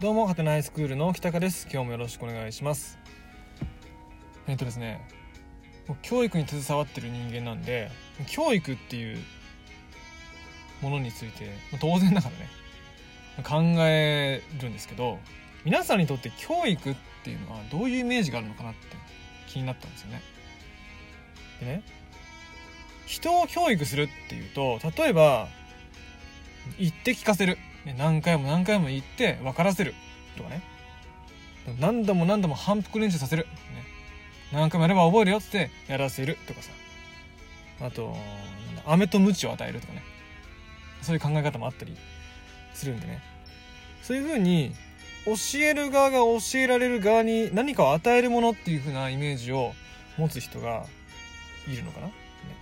どうもハテナハイスクールの北川です。今日もよろしくお願いします。ですね、教育に携わってる人間なんで、教育っていうものについて当然だからね考えるんですけど、皆さんにとって教育っていうのはどういうイメージがあるのかなって気になったんですよね。でね、人を教育するっていうと、例えば言って聞かせる、何回も何回も言って分からせるとかね、何度も何度も反復練習させる、何回もやれば覚えるよってやらせるとかさ、あと飴と鞭を与えるとかね、そういう考え方もあったりするんでね、そういう風に教える側が教えられる側に何かを与えるものっていう風なイメージを持つ人がいるのかな、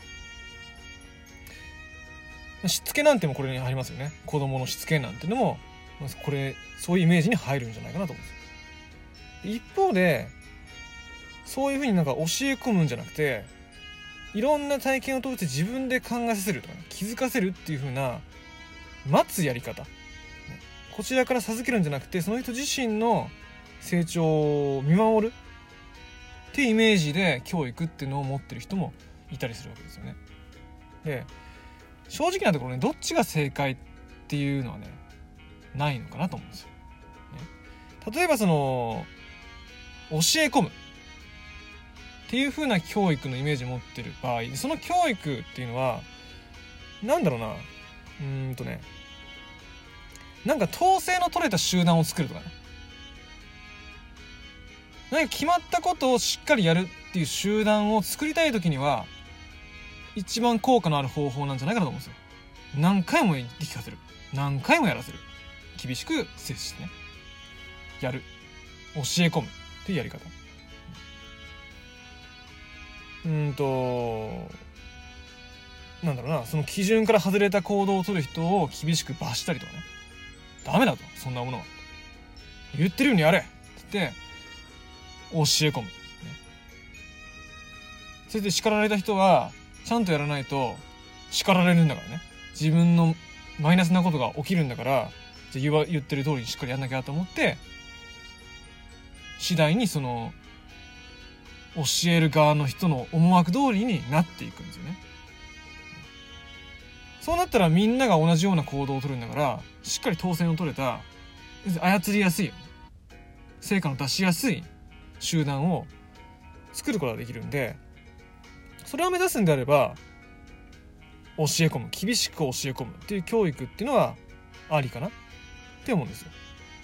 しつけなんてもこれに入りますよね。子供のしつけなんてのもこれそういうイメージに入るんじゃないかなと思うんですよ。一方でそういう風になんか教え込むんじゃなくて、いろんな体験を通して自分で考えさせるとか、気づかせるっていう風な待つやり方、こちらから授けるんじゃなくて、その人自身の成長を見守るっていうイメージで教育っていうのを持ってる人もいたりするわけですよね。で、正直なところね、どっちが正解っていうのはねないのかなと思うんですよ、例えばその教え込むっていう風な教育のイメージを持ってる場合、その教育っていうのはなんだろうな、なんか統制の取れた集団を作るとかね、何か決まったことをしっかりやるっていう集団を作りたい時には一番効果のある方法なんじゃないかなと思うんですよ。何回も言って聞かせる、何回もやらせる、厳しく接してね、やる、教え込むっていうやり方。なんだろうな、その基準から外れた行動を取る人を厳しく罰したりとかね、ダメだと、そんなものは言ってるようにやれって言って教え込む、それで叱られた人はちゃんとやらないと叱られるんだからね。自分のマイナスなことが起きるんだから、じゃあ言ってる通りにしっかりやんなきゃと思って次第にその教える側の人の思惑通りになっていくんですよね。そうなったらみんなが同じような行動を取るんだから、しっかり統制の取れた、操りやすい、成果の出しやすい集団を作ることができるんで、それを目指すんであれば教え込む、厳しく教え込むっていう教育っていうのはありかなって思うんですよ。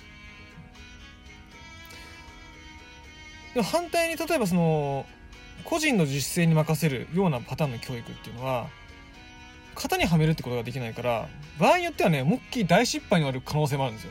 でも反対に、例えばその個人の自主性に任せるようなパターンの教育っていうのは型にはめるってことができないから、場合によってはね、思いっきり大失敗になる可能性もあるんですよ、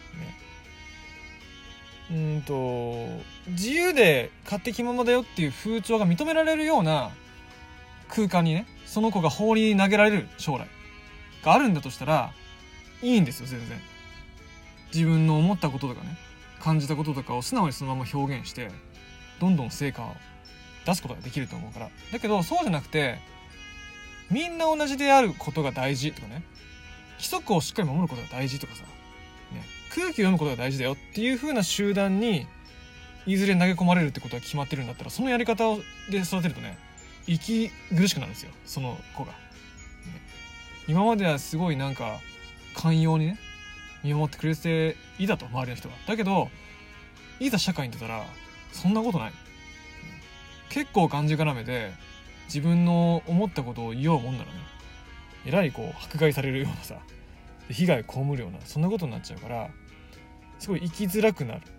自由で勝手気ままだよっていう風潮が認められるような空間にね、その子が放り投げられる将来があるんだとしたらいいんですよ。全然自分の思ったこととかね、感じたこととかを素直にそのまま表現してどんどん成果を出すことができると思うから。だけどそうじゃなくて、みんな同じであることが大事とかね、規則をしっかり守ることが大事とかさ、空気を読むことが大事だよっていう風な集団にいずれ投げ込まれるってことが決まってるんだったら、そのやり方で育てるとね、息苦しくなるんですよ、その子が、今まではすごいなんか寛容にね見守ってくれていたと、周りの人が。だけどいざ社会に出たらそんなことない、結構がんじがらめで自分の思ったことを言おうもんならね、えらいこう迫害されるようなさ、被害を被るような、そんなことになっちゃうから、すごい生きづらくなる。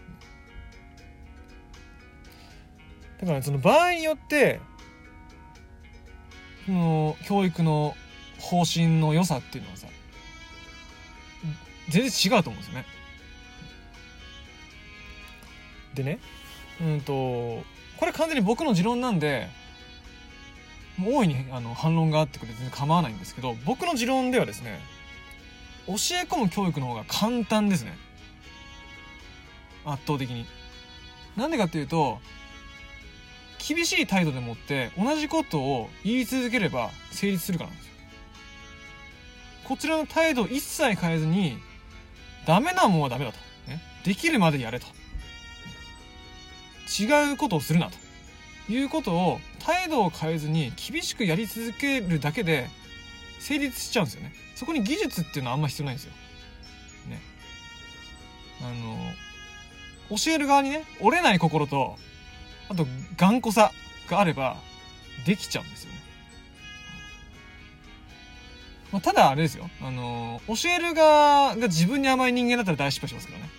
だからその場合によってその教育の方針の良さっていうのはさ、全然違うと思うんですよね。でね、これ完全に僕の持論なんで、もう大いに反論があってくれて全然構わないんですけど、僕の持論ではですね、教え込む教育の方が簡単ですね、圧倒的に。なんでかっていうと、厳しい態度でもって同じことを言い続ければ成立するからなんですよ。こちらの態度を一切変えずに、ダメなもんはダメだと、 できるまでやれと。違うことをするなということを態度を変えずに厳しくやり続けるだけで成立しちゃうんですよね。そこに技術っていうのはあんま必要ないんですよ。ね。教える側にね、折れない心と、あと頑固さがあればできちゃうんですよね。まあ、ただあれですよ。教える側が自分に甘い人間だったら大失敗しますからね。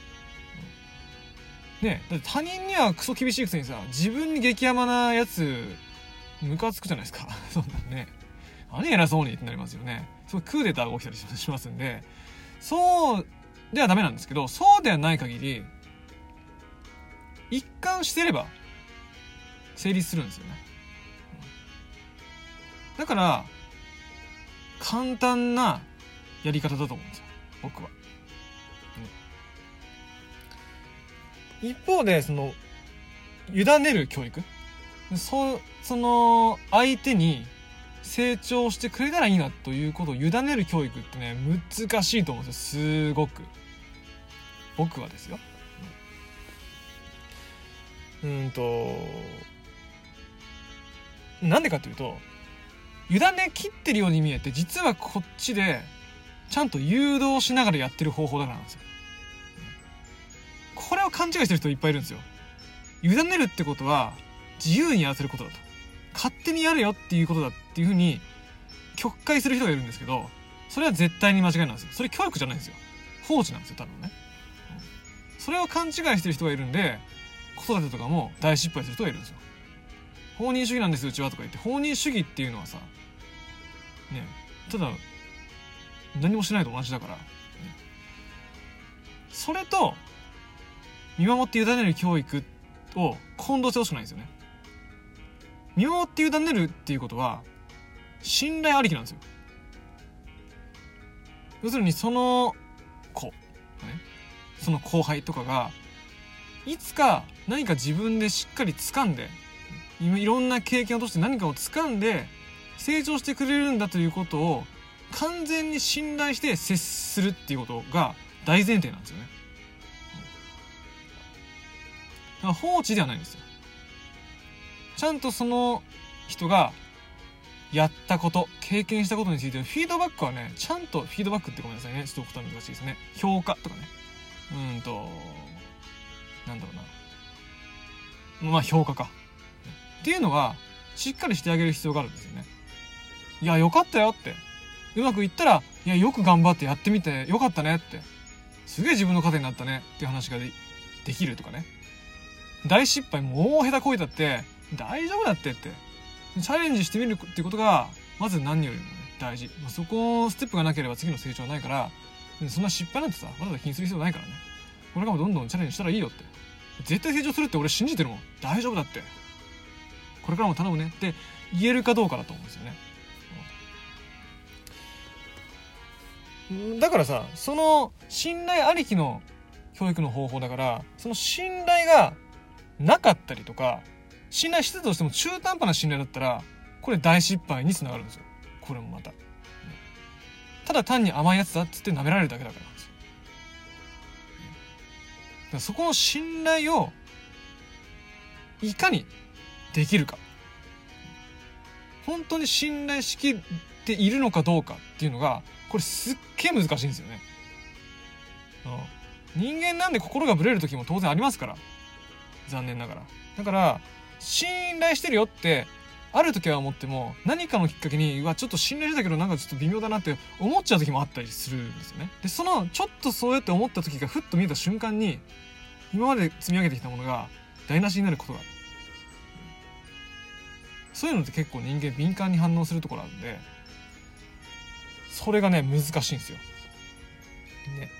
ね、だって他人にはクソ厳しいくせにさ、自分に激甘なやつムカつくじゃないですか。そんなんね。何偉そうにってなりますよね。そうクーデターが起きたりしますんで、そうではダメなんですけど、そうではない限り一貫してれば成立するんですよね。だから簡単なやり方だと思うんですよ、僕は。一方でその委ねる教育、その相手に成長してくれたらいいなということを委ねる教育ってね、難しいと思うんですよ、すごく。僕はですよ。なんでかというと、委ね切ってるように見えて、実はこっちでちゃんと誘導しながらやってる方法だからなんですよ。これを勘違いしてる人いっぱいいるんですよ。委ねるってことは自由にやらせることだと、勝手にやれよっていうことだっていうふうに曲解する人がいるんですけど、それは絶対に間違いなんですよ。それ教育じゃないんですよ、放置なんですよ、多分ね。それを勘違いしてる人がいるんで、子育てとかも大失敗する人がいるんですよ。放任主義なんですうちはとか言って、放任主義っていうのはさね、ただ何もしないと同じだから、ね、それと見守って委ねる教育を混同してほしくないんですよね。見守って委ねるっていうことは信頼ありきなんですよ。要するにその子、ね、その後輩とかがいつか何か自分でしっかり掴んで、いろんな経験を通して何かを掴んで成長してくれるんだということを完全に信頼して接するっていうことが大前提なんですよね。だから放置ではないんですよ。ちゃんとその人がやったこと、経験したことについてフィードバックはね、ちゃんとフィードバックってごめんなさいね、ちょっと言葉難しいですね。評価とかね。なんだろうな。まあ評価か。っていうのはしっかりしてあげる必要があるんですよね。いや、よかったよって。うまくいったら、いや、よく頑張ってやってみてよかったねって。すげえ自分の糧になったねっていう話が できるとかね。大失敗も大下手こいたって大丈夫だってチャレンジしてみるっていうことがまず何よりも、ね、大事。そこステップがなければ次の成長はないから、そんな失敗なんてさわざわざ気にする必要ないからね。これからもどんどんチャレンジしたらいいよって。絶対成長するって俺信じてるもん。大丈夫だって。これからも頼むねって言えるかどうかだと思うんですよね。だからさ、その信頼ありきの教育の方法だから、その信頼がなかったりとか、信頼してたとしても中途半端な信頼だったら、これ大失敗につながるんですよ。これもまた。ただ単に甘いやつだっつって舐められるだけだからなんですよ。だからそこの信頼をいかにできるか。本当に信頼しきっているのかどうかっていうのが、これすっげえ難しいんですよね。人間なんで心がブレる時も当然ありますから。残念ながら。だから、信頼してるよってある時は思っても、何かのきっかけに、うわ、ちょっと信頼してたけどなんかちょっと微妙だなって思っちゃう時もあったりするんですよね。で、そのちょっとそうやって思った時がふっと見えた瞬間に、今まで積み上げてきたものが台無しになることがある。そういうのって結構人間敏感に反応するところあるんで、それがね難しいんですよ。ね。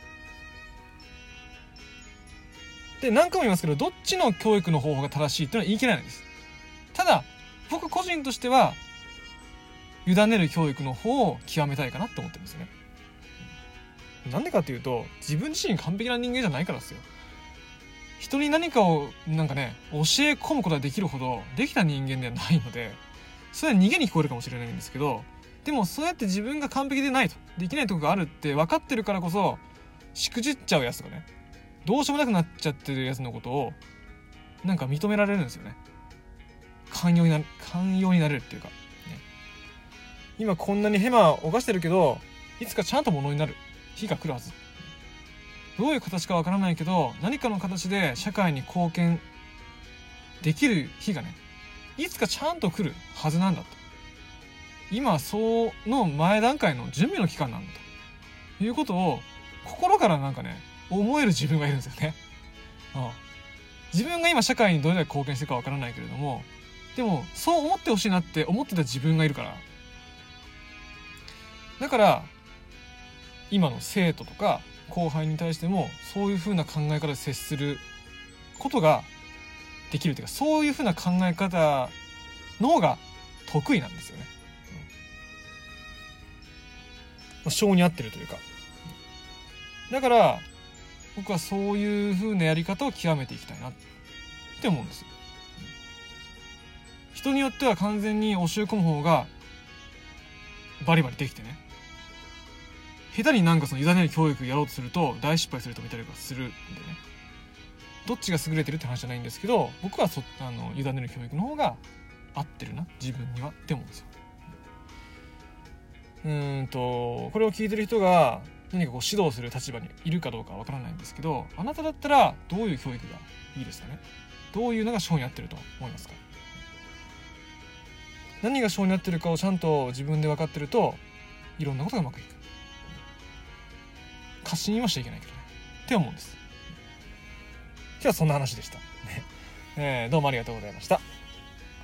で、何回も言いますけど、どっちの教育の方法が正しいっていうのは言い切れないんです。ただ、僕個人としては、委ねる教育の方を極めたいかなって思ってるんですよね。なんでかっていうと、自分自身完璧な人間じゃないからですよ。人に何かをなんかね、教え込むことができるほどできた人間ではないので、それは逃げに聞こえるかもしれないんですけど、でもそうやって自分が完璧でないと、できないところがあるって分かってるからこそ、しくじっちゃうやつとかね、 どうしようもなくなっちゃってるやつのことをなんか認められるんですよね。寛容になれるっていうか、ね、今こんなにヘマを犯してるけど、いつかちゃんとものになる日が来るはず。どういう形かわからないけど、何かの形で社会に貢献できる日がね、いつかちゃんと来るはずなんだと。今その前段階の準備の期間なんだということを心からなんかね、思える自分がいるんですよね。自分が今社会にどれだけ貢献してるかわからないけれども、でもそう思ってほしいなって思ってた自分がいるから、だから今の生徒とか後輩に対してもそういう風な考え方で接することができるというか、そういう風な考え方の方が得意なんですよね。性に合ってるというか、だから僕はそういう風なやり方を極めていきたいなって思うんですよ。人によっては完全に教え込む方がバリバリできてね、下手になんかその委ねる教育やろうとすると大失敗する人もいたりとかするんでね、どっちが優れてるって話じゃないんですけど、僕は委ねる教育の方が合ってるな自分にはって思うんですよ。これを聞いてる人が何かこう指導する立場にいるかどうかわからないんですけど、あなただったらどういう教育がいいですかね。どういうのが性に合ってると思いますか。何が性に合ってるかをちゃんと自分で分かってると、いろんなことがうまくいく。過信はしちゃいけないけどねって思うんです。今日はそんな話でした、どうもありがとうございました。